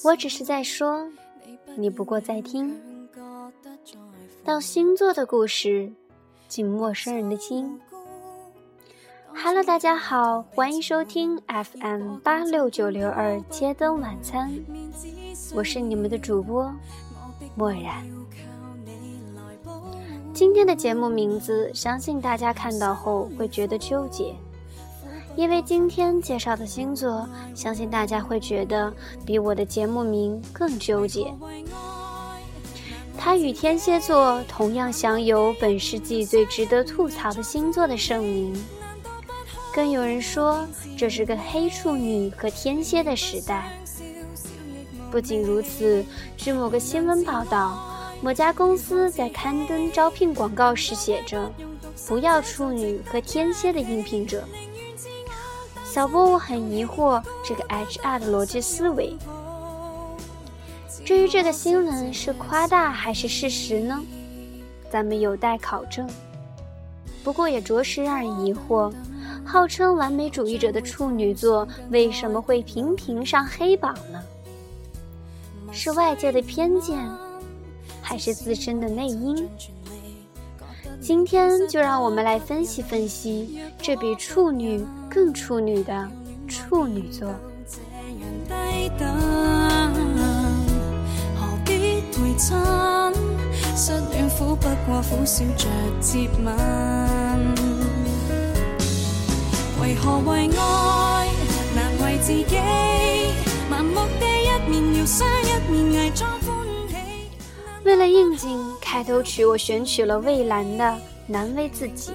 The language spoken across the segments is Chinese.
我只是在说，你不过在听。到星座的故事，进陌生人的心。Hello， 大家好，欢迎收听 FM86962街灯晚餐，我是你们的主播漠然。今天的节目名字，相信大家看到后会觉得纠结，因为今天介绍的星座，相信大家会觉得比我的节目名更纠结。它与天蝎座同样享有本世纪最值得吐槽的星座的盛名，更有人说这是个黑处女和天蝎的时代。不仅如此，据某个新闻报道，某家公司在刊登招聘广告时写着不要处女和天蝎的应聘者。小波我很疑惑这个 HR 的逻辑思维。至于这个新闻是夸大还是事实呢？咱们有待考证。不过也着实让人疑惑，号称完美主义者的处女座为什么会频频上黑榜呢？是外界的偏见，还是自身的内因？今天就让我们来分析分析这比处女更处女的处女座。何必回親，失戀苦不過苦笑着接吻，為何為愛難為自己，盲目的一面要傷一面偽裝歡喜。為了應景，開頭曲我選取了蔚藍的難為自己。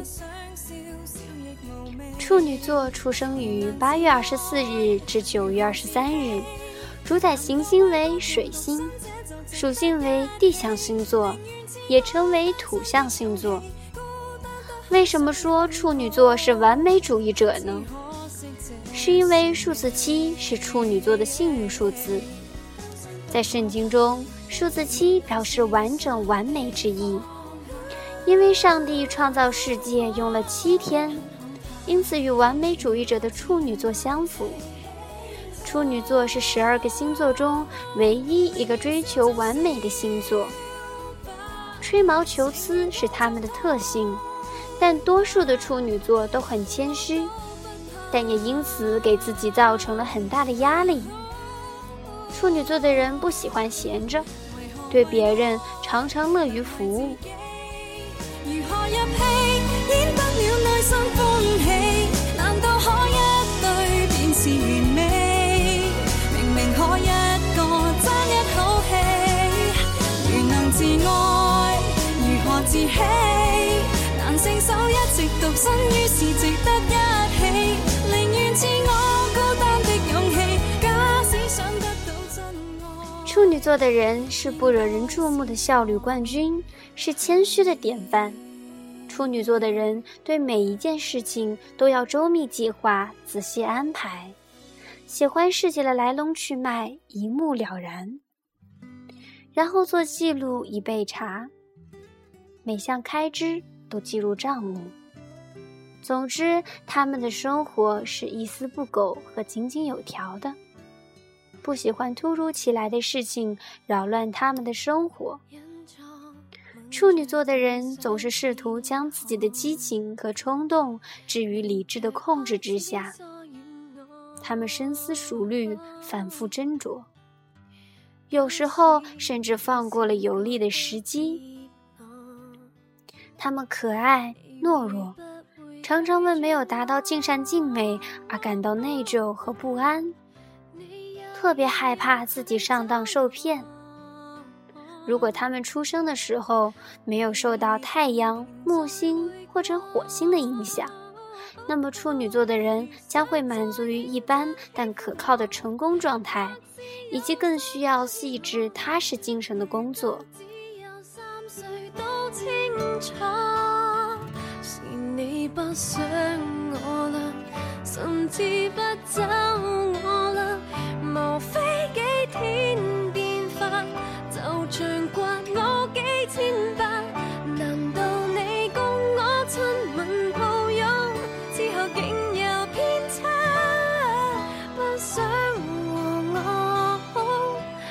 處女座出生於8月24日至9月23日，主宰行星為水星，屬性為地象星座，也稱為土象星座。為什麼說處女座是完美主義者呢？是因為數字7是處女座的幸運數字。在聖經中，數字7表示完整完美之意。因為上帝創造世界用了7天，因此與完美主義者的處女座相符。處女座是12個星座中唯一一個追求完美的星座。吹毛求疵是他們的特性，但多數的處女座都很謙虛，但也因此給自己造成了很大的壓力。處女座的人不喜歡閒着，對別人常常樂於服務。如何入戲演不了內心歡喜，難道可一對便是完美？明明可一個爭一口氣，如能自愛如何自欺，難勝手一直獨身於是值得一起，寧願自我孤單的勇氣，假使想得到真愛。處女座的人是不惹人注目的效率冠軍，是謙虛的典範。處女座的人對每一件事情都要周密計劃，仔細安排，喜歡事情的來龍去脈一目了然，然後做記錄以備查，每項開支都記入賬目。總之，他們的生活是一絲不苟和井井有條的，不喜歡突如其來的事情擾亂他們的生活。處女座的人總是試圖將自己的激情和衝動置於理智的控制之下，他們深思熟慮，反覆斟酌，有時候甚至放過了有利的時機。他們可愛懦弱，常常為沒有達到盡善盡美而感到內疚和不安，特別害怕自己上當受騙。如果他們出生的時候沒有受到太陽、木星或者火星的影響，那麼處女座的人將會滿足於一般但可靠的成功狀態，以及更需要細緻踏實精神的工作。只有3歲都清楚，是你不想我啦，甚至不找我啦，無非幾天變化，就像刮我幾千百，難道你共我親吻抱擁之後竟有偏差？不想和我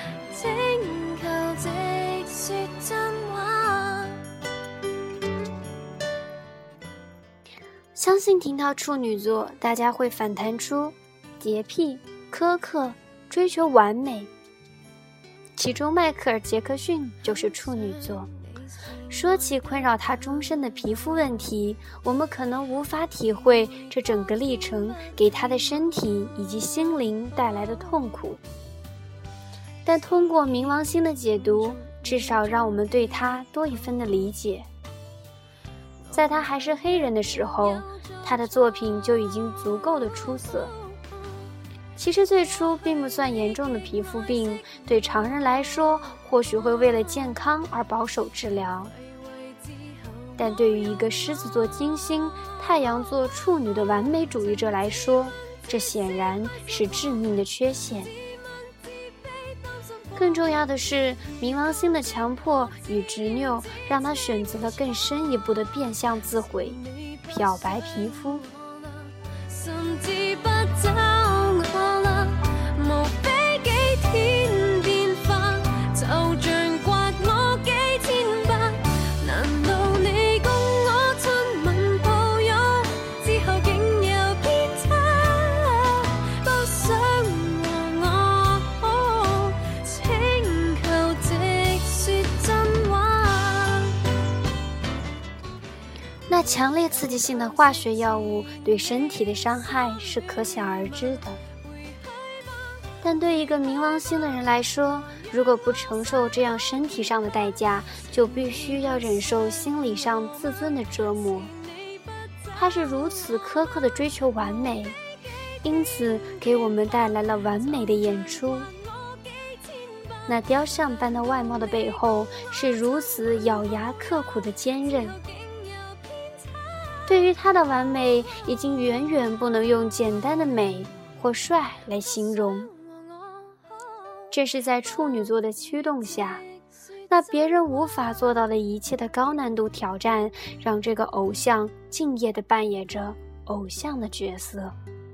相信听到处女座，大家会反弹出洁癖、苛刻、追求完美。其中迈克尔·杰克逊就是处女座。说起困扰他终身的皮肤问题，我们可能无法体会这整个历程给他的身体以及心灵带来的痛苦，但通过冥王星的解读，至少让我们对他多一分的理解。在他还是黑人的时候，他的作品就已经足够的出色。其实最初并不算严重的皮肤病，对常人来说或许会为了健康而保守治疗，但对于一个狮子座金星、太阳座处女的完美主义者来说，这显然是致命的缺陷。更重要的是，冥王星的强迫与执拗让他选择了更深一步的变相自毁，漂白皮肤。 甚至不找我啦，無非幾天變化，就像刮我幾千百。難道你共我親吻抱擁之後竟有偏差？不想和我請求直說真話。 那強烈刺激性的化學藥物對身體的傷害是可想而知的，但對一個冥王星的人來說，如果不承受這樣身體上的代價，就必須要忍受心理上自尊的折磨。他是如此苛刻地追求完美，因此給我們帶來了完美的演出。那雕像般的外貌的背後，是如此咬牙刻苦的堅韌。對於他的完美，已經遠遠不能用簡單的美或帥來形容。正是在處女座的驅動下，那別人無法做到的一切的高難度挑戰，讓這個偶像敬業地扮演着偶像的角色。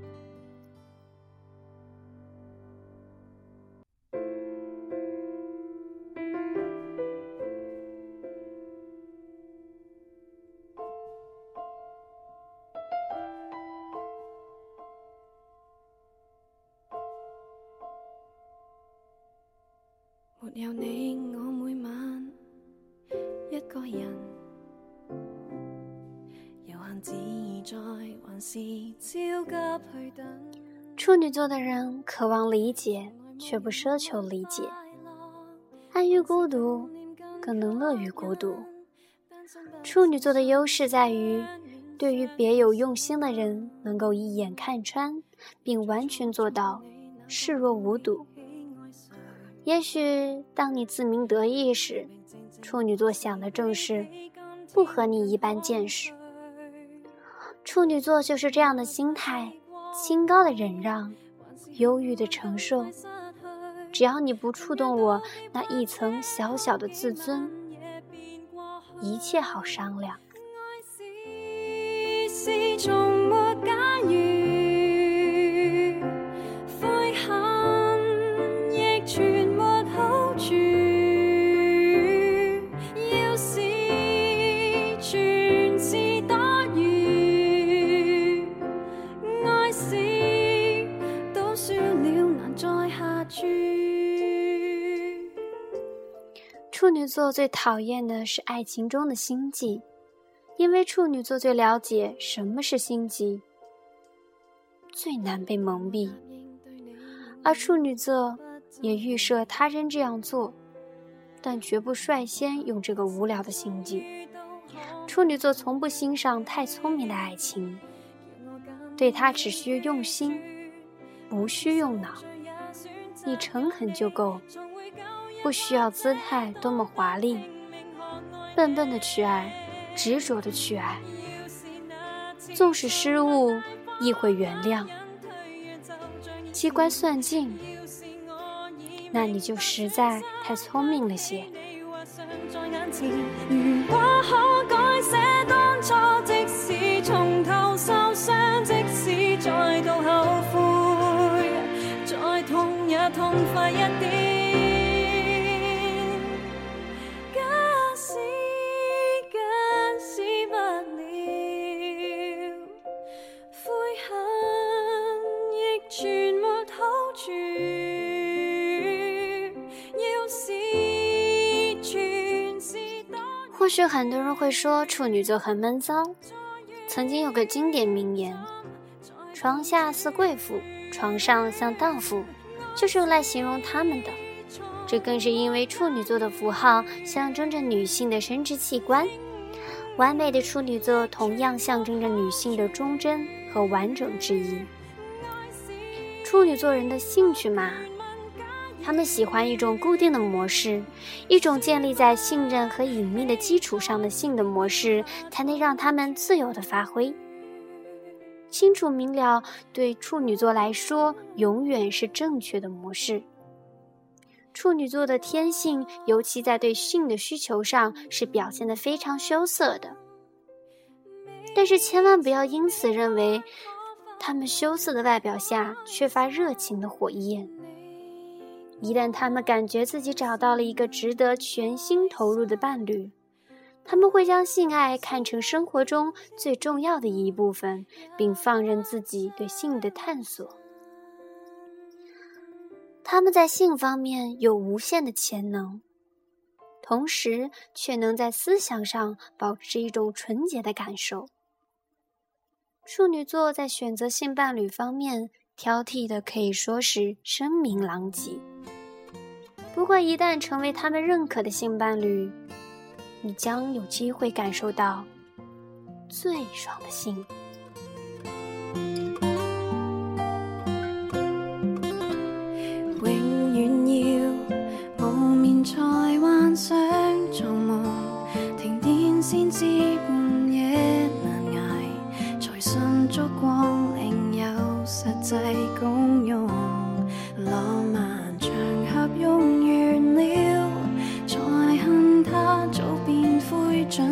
沒有你，我每晚一個人，悠閒自在，還是焦急去等。 處女座的人渴望理解，卻不奢求理解，安於孤獨，更能樂於孤獨。處女座的優勢在於，對於別有用心的人，能夠一眼看穿，並完全做到視若無睹。也許當你自鳴得意時，處女座想的正是不和你一般見識。處女座就是這樣的心態，清高的忍讓，憂鬱的承受。只要你不觸動我那一層小小的自尊，一切好商量。 是從沒假如，悔恨亦全沒好處。要是全是多餘，愛是都輸了難再下注。 處女座最討厭的是愛情中的心計，因為處女座最了解什麼是心機，最難被蒙蔽。而處女座也預設他人這樣做，但絕不率先用這個無聊的心機。處女座從不欣賞太聰明的愛情，對他只需用心，無需用腦。你誠懇就夠，不需要姿態多麼華麗，笨笨的去愛，執着的去愛，縱使失誤亦會原諒。機關算盡，那你就實在太聰明了些。 如果可改寫當初，即使從頭受傷，即使再度後悔，再痛也痛快一點。假使不了， 许很多人会说处女座很闷骚，曾经有个经典名言，床下似贵妇，床上像荡妇，就是用来形容他们的。这更是因为处女座的符号象征着女性的生殖器官，完美的处女座同样象征着女性的忠贞和完整之意。处女座人的兴趣嘛，他们喜欢一种固定的模式，一种建立在信任和隐秘的基础上的性的模式，才能让他们自由地发挥。清楚明了对处女座来说永远是正确的模式。处女座的天性，尤其在对性的需求上，是表现得非常羞涩的。但是千万不要因此认为他们羞涩的外表下缺乏热情的火焰。一旦他们感觉自己找到了一个值得全心投入的伴侣，他们会将性爱看成生活中最重要的一部分，并放任自己对性的探索。他们在性方面有无限的潜能，同时却能在思想上保持一种纯洁的感受。处女座在选择性伴侣方面挑剔的可以说是声名狼藉，不过一旦成为他们认可的性伴侣，你将有机会感受到最爽的性。 永遠要無眠在幻想做夢，停電先知半夜難捱，才信燭光另有實際功用。浪漫場合用完了，才恨它早變灰燼。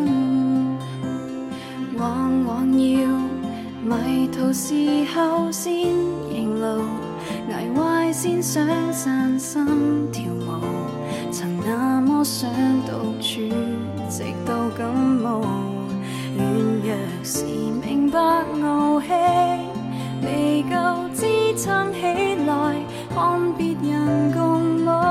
往往要迷途時候先認路，捱壞先想散心跳舞，曾那麼想獨處，直到感冒。軟弱時明白傲氣，未夠支撐起來，看別人共舞。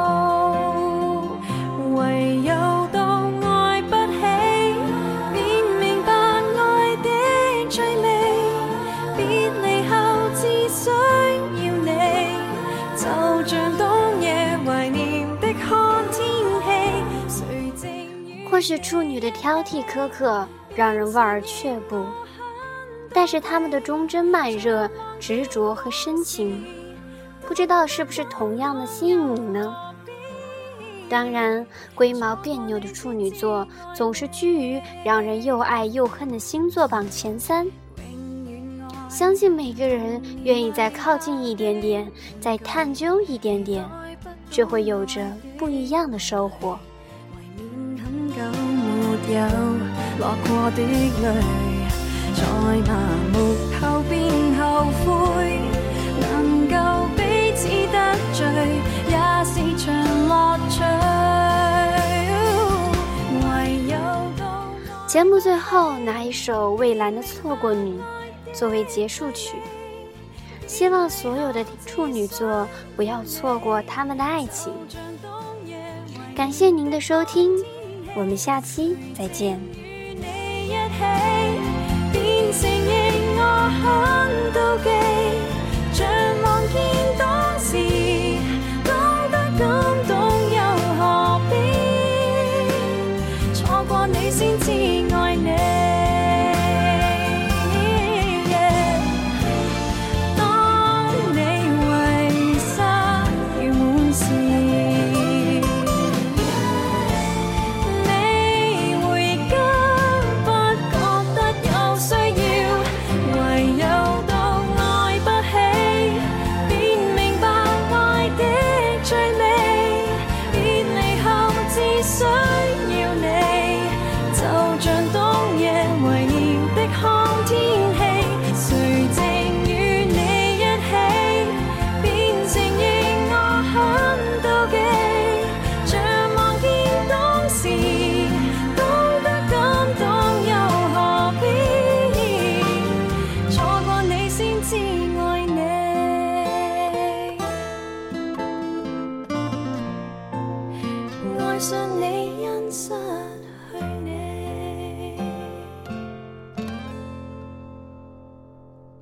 唯有當愛不起，便明白愛的趣味。別離後只想要你，就像當夜懷念的看天氣。 或许處女的挑剔苛刻讓人望而卻步，但是他們的忠貞慢熱、執着和深情，不知道是不是同樣的吸引你呢？當然，龜毛別扭的處女座總是居於讓人又愛又恨的星座榜前3。相信每個人願意再靠近一點點，再探究一點點，就會有着不一樣的收穫。 沒有落過的淚，在麻木後便後悔，能夠彼此得罪，也是場樂趣。 節目最後拿一首蔚藍的《錯過你》作為結束曲，希望所有的處女座不要錯過他們的愛情。感謝您的收聽，我們下期再見。 愛上你。